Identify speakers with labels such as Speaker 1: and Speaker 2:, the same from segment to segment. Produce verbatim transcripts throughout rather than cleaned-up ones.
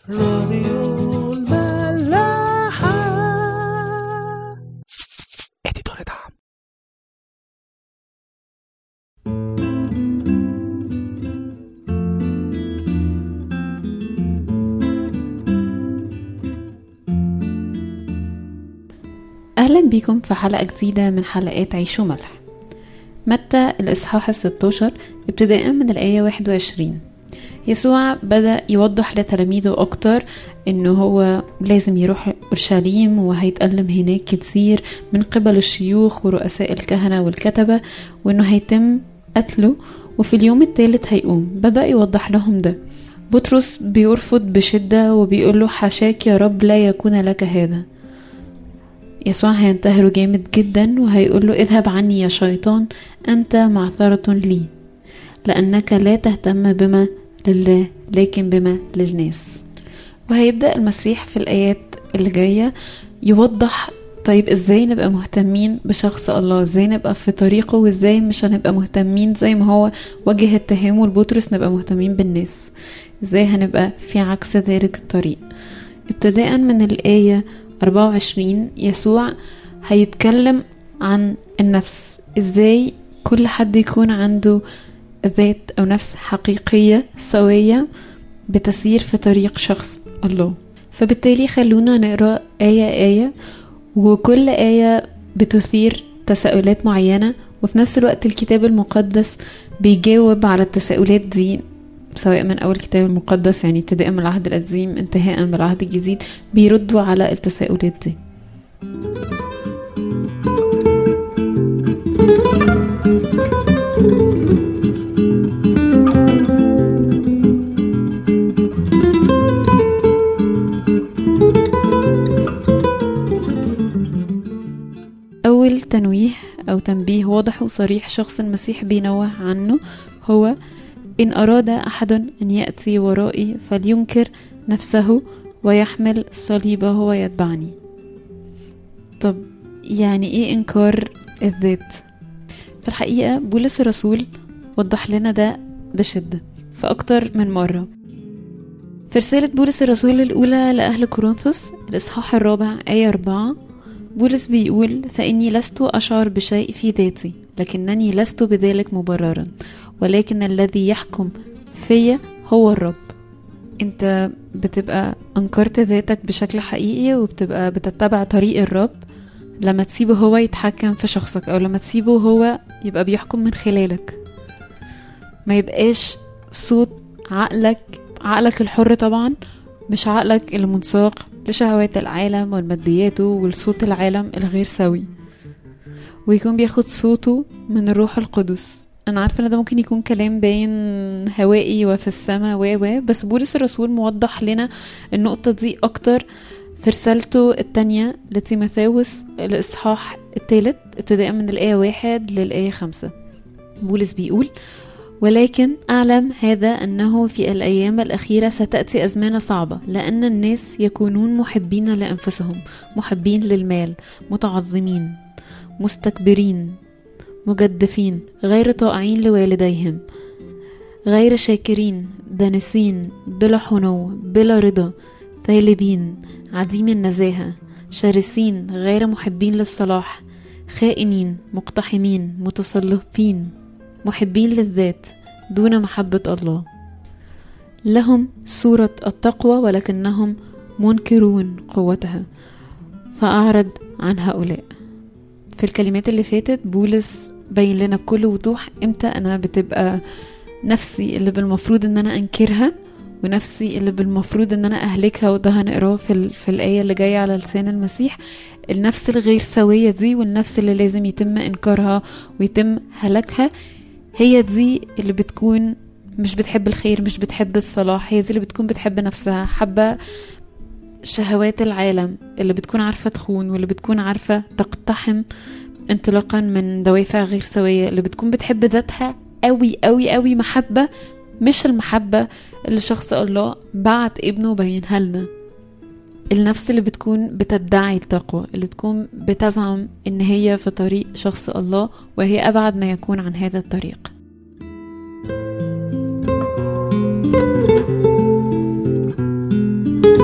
Speaker 1: راديو الملاحة. اديتور دعم.
Speaker 2: أهلا بكم في حلقة جديدة من حلقات عيش وملح. متى الإصحاح الستاشر ابتداء من الآية واحد وعشرين. يسوع بدأ يوضح لتلاميذه أكتر إنه هو لازم يروح أورشليم وهيتألم هناك كتير من قبل الشيوخ ورؤساء الكهنة والكتبة، وإنه هيتم قتله وفي اليوم الثالث هيقوم. بدأ يوضح لهم ده. بطرس بيرفض بشدة وبيقول له حاشاك يا رب، لا يكون لك هذا. يسوع هينتهره جامد جدا وهيقول له اذهب عني يا شيطان، أنت معثرة لي، لأنك لا تهتم بما لله لكن بما للناس. وهيبدأ المسيح في الآيات اللي جاية يوضح طيب ازاي نبقى مهتمين بشخص الله، ازاي نبقى في طريقه، وازاي مش هنبقى مهتمين زي ما هو وجه اتهامه لبطرس نبقى مهتمين بالناس، ازاي هنبقى في عكس ذلك الطريق. ابتداء من الآية أربعة وعشرين يسوع هيتكلم عن النفس، ازاي كل حد يكون عنده ذات أو نفس حقيقية سوية بتسير في طريق شخص الله. فبالتالي خلونا نقرأ آية آية، وكل آية بتثير تساؤلات معينة، وفي نفس الوقت الكتاب المقدس بيجاوب على التساؤلات دي، سواء من أول الكتاب المقدس يعني ابتداء من العهد القديم انتهاء من العهد الجديد بيردوا على التساؤلات دي. أول تنويه أو تنبيه واضح وصريح شخص المسيح بينوه عنه هو: إن أراد أحد أن يأتي ورائي فلينكر نفسه ويحمل صليبه ويتبعني. طب يعني إيه إنكار الذات؟ في الحقيقة بولس الرسول وضح لنا ده بشدة في أكتر من مرة. في رسالة بولس الرسول الأولى لأهل كورنثوس الإصحاح الرابع آية أربعة بولس بيقول: فإني لست أشعر بشيء في ذاتي، لكنني لست بذلك مبررا، ولكن الذي يحكم فيا هو الرب. انت بتبقى انكرت ذاتك بشكل حقيقي وبتبقى بتتبع طريق الرب لما تسيبه هو يتحكم في شخصك، او لما تسيبه هو يبقى بيحكم من خلالك، ما يبقاش صوت عقلك عقلك الحر طبعا، مش عقلك اللي منساق لشهوات العالم والمادياته والصوت العالم الغير سوي، ويكون بياخد صوته من الروح القدس. انا عارفه ان ده ممكن يكون كلام باين هوائي وفي السماء و و بس بولس الرسول موضح لنا النقطه دي اكتر في رسالته الثانيه لتيموثاوس الاصحاح الثالث ابتداء من الايه واحد للايه خمسة. بولس بيقول: ولكن أعلم هذا أنه في الأيام الأخيرة ستأتي أزمانة صعبة، لأن الناس يكونون محبين لأنفسهم، محبين للمال، متعظمين، مستكبرين، مجدفين، غير طائعين لوالديهم، غير شاكرين، دانسين، بلا حنو، بلا رضا، ثالبين، عديم النزاهة، شرسين، غير محبين للصلاح، خائنين، مقتحمين، متسلطين، محبين للذات دون محبة الله. لهم صورة التقوى ولكنهم منكرون قوتها، فأعرض عن هؤلاء. في الكلمات اللي فاتت بولس بين لنا بكل وضوح امتى انا بتبقى نفسي اللي بالمفروض ان انا انكرها، ونفسي اللي بالمفروض ان انا اهلكها، وده هنقراه في, في الآية اللي جاية على لسان المسيح. النفس الغير سوية دي والنفس اللي لازم يتم انكارها ويتم هلاكها، هي دي اللي بتكون مش بتحب الخير، مش بتحب الصلاح، هي دي اللي بتكون بتحب نفسها، حابة شهوات العالم، اللي بتكون عارفة تخون، واللي بتكون عارفة تقتحم انطلاقا من دوافع غير سوية، اللي بتكون بتحب ذاتها قوي قوي قوي، محبة مش المحبة اللي شخص الله بعت ابنه بينها لنا. النفس اللي بتكون بتدعي التقوى، اللي تكون بتزعم ان هي في طريق شخص الله وهي ابعد ما يكون عن هذا الطريق.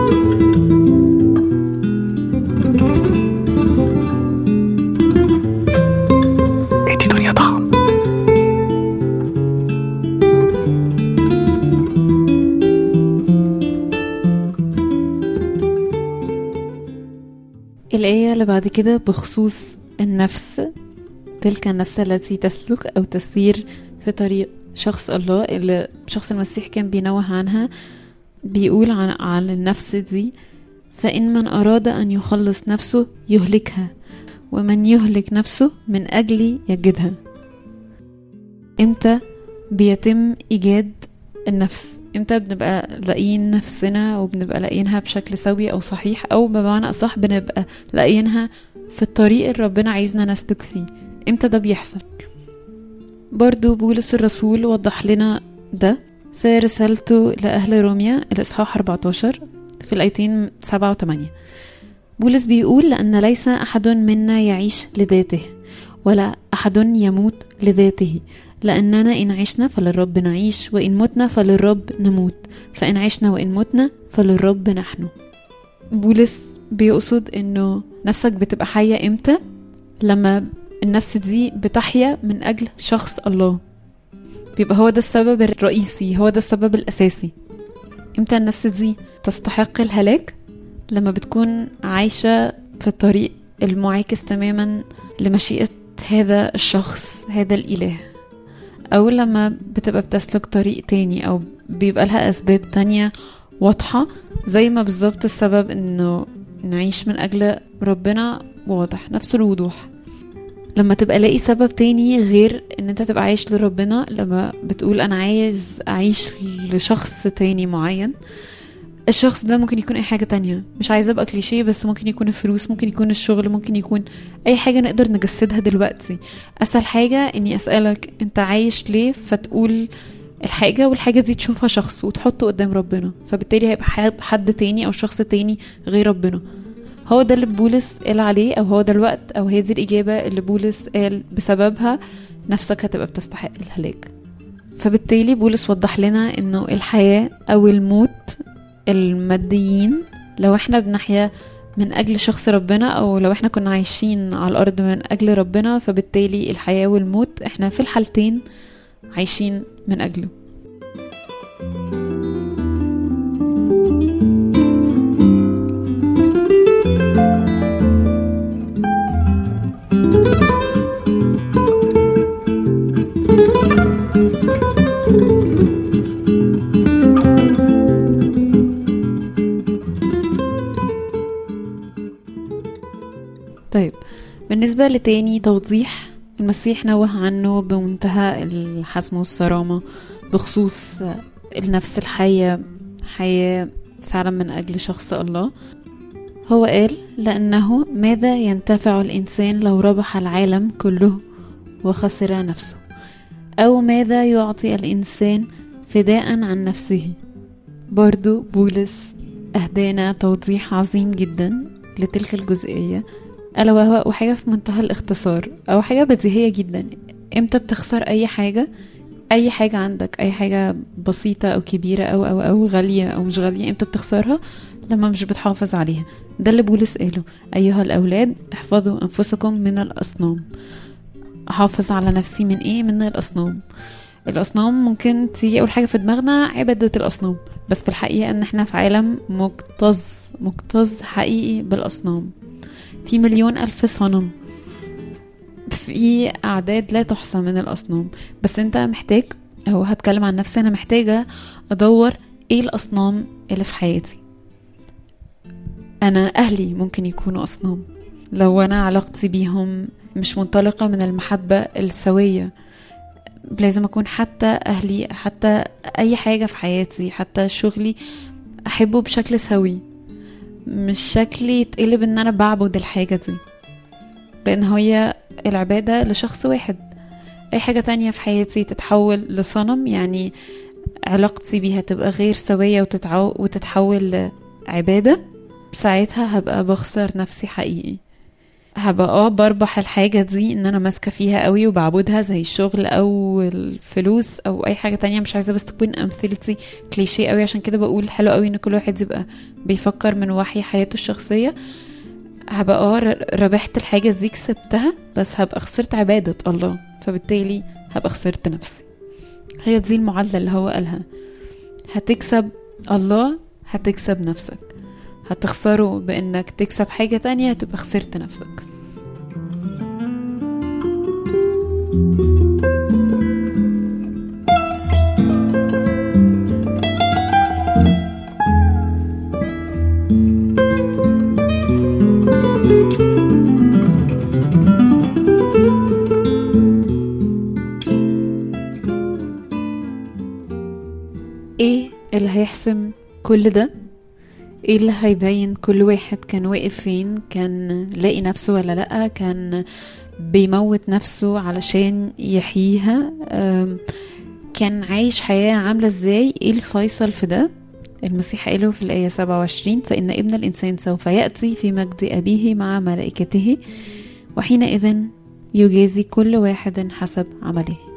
Speaker 1: ادي دنيا طعم.
Speaker 2: الآية اللي بعد كده بخصوص النفس، تلك النفس التي تسلك أو تسير في طريق شخص الله اللي شخص المسيح كان بينوه عنها. بيقول عن, عن النفس دي: فإن من أراد أن يخلص نفسه يهلكها، ومن يهلك نفسه من أجلي يجدها. امتى بيتم إيجاد النفس؟ امتى بنبقى لاقيين نفسنا وبنبقى لاقيينها بشكل سوي أو صحيح، أو بمعنى أصح بنبقى لاقيينها في الطريق اللي ربنا عايزنا نسلك فيه؟ امتى ده بيحصل؟ برضو بولس الرسول وضح لنا ده في رسالته لأهل روميا الإصحاح أربعة عشر في الآيتين سبعة وثمانية. بولس بيقول: لأن ليس أحد منا يعيش لذاته، ولا أحد يموت لذاته، لأننا إن عشنا فللرب نعيش، وإن متنا فللرب نموت، فإن عشنا وإن متنا فللرب نحن. بولس بيقصد إنه نفسك بتبقى حية إمتى؟ لما النفس دي بتحيا من أجل شخص الله، بيبقى هو ده السبب الرئيسي، هو ده السبب الأساسي. امتى النفس دي تستحق الهلاك؟ لما بتكون عايشة في الطريق المعاكس تماما لمشيئة هذا الشخص، هذا الإله، أو لما بتبقى بتسلك طريق تاني، أو بيبقى لها أسباب تانية واضحة، زي ما بالظبط السبب إنه نعيش من أجل ربنا واضح، نفس الوضوح. لما تبقى لاقي سبب تاني غير ان انت تبقى عايش لربنا، لما بتقول انا عايز اعيش لشخص تاني معين، الشخص ده ممكن يكون اي حاجة تانية، مش عايزة ابقى كليشيه، بس ممكن يكون الفلوس، ممكن يكون الشغل، ممكن يكون اي حاجة نقدر نجسدها دلوقتي. اسهل حاجة اني اسألك انت عايش ليه، فتقول الحاجة، والحاجة دي تشوفها شخص وتحطه قدام ربنا، فبالتالي هيبقى حد تاني او شخص تاني غير ربنا. هو ده اللي بولس قال عليه، او هو ده الوقت، او هي دي الإجابة اللي بولس قال بسببها نفسك هتبقى بتستحق الهلاك. فبالتالي بولس وضح لنا انه الحياة او الموت الماديين، لو احنا بنحيا من اجل شخص ربنا، او لو احنا كنا عايشين على الارض من اجل ربنا، فبالتالي الحياة والموت احنا في الحالتين عايشين من اجله. طيب، بالنسبة لتاني توضيح المسيح نوه عنه بمنتهى الحزم والصرامة بخصوص النفس الحية، حياة فعلا من أجل شخص الله. هو قال: لأنه ماذا ينتفع الإنسان لو ربح العالم كله وخسر نفسه، أو ماذا يعطي الإنسان فداء عن نفسه. برضو بولس أهدانا توضيح عظيم جدا لتلك الجزئية، ألا وهو حاجة في منتهى الاختصار، أو حاجة بديهية جدا. امتى بتخسر أي حاجة؟ أي حاجة عندك، أي حاجة بسيطة أو كبيرة أو أو أو غالية أو مش غالية، امتى بتخسرها؟ لما مش بتحافظ عليها. ده اللي بولس قاله: أيها الأولاد احفظوا أنفسكم من الأصنام. أحافظ على نفسي من إيه؟ من الأصنام. الأصنام ممكن تيجي أول حاجة في دماغنا عبادة الأصنام، بس في الحقيقة أن احنا في عالم مكتظ مكتظ حقيقي بالأصنام. في مليون ألف صنم، في أعداد لا تحصى من الأصنام. بس أنت محتاج، أو هتكلم عن نفسي، أنا محتاجة أدور إيه الأصنام اللي في حياتي. أنا أهلي ممكن يكونوا أصنام لو أنا علاقتي بيهم مش منطلقة من المحبة السوية. لازم أكون حتى أهلي، حتى أي حاجة في حياتي، حتى شغلي، أحبه بشكل سوي، مش شكلي يتقلب ان انا بعبد الحاجة دي، لان هي العبادة لشخص واحد. اي حاجة تانية في حياتي تتحول لصنم، يعني علاقتي بيها تبقى غير سوية وتتعو... وتتحول لعبادة، ساعتها هبقى بخسر نفسي حقيقي. هبقى اه بربح الحاجة دي ان انا ماسكة فيها قوي وبعبدها زي الشغل او الفلوس او اي حاجة تانية. مش عايزة بس تكون امثلتي كليشيه قوي، عشان كده بقول حلو قوي ان كل واحد يبقى بيفكر من وحي حياته الشخصية. هبقى اه ربحت الحاجة دي كسبتها، بس هبقى خسرت عبادة الله، فبالتالي هبقى خسرت نفسي. هي دي المعادلة اللي هو قالها، هتكسب الله هتكسب نفسك، هتخسره بانك تكسب حاجة تانية تبقى خسرت نفسك. ايه اللي هيحسم كل ده؟ ايه اللي هيبين كل واحد كان واقف فين؟ كان لاقي نفسه ولا لأ؟ كان بيموت نفسه علشان يحييها؟ كان عايش حياة عاملة ازاي؟ ايه الفيصل في ده؟ المسيح قاله في الآية سبعة وعشرين: فإن ابن الإنسان سوف يأتي في مجد أبيه مع ملائكته، وحينئذ يجازي كل واحد حسب عمله.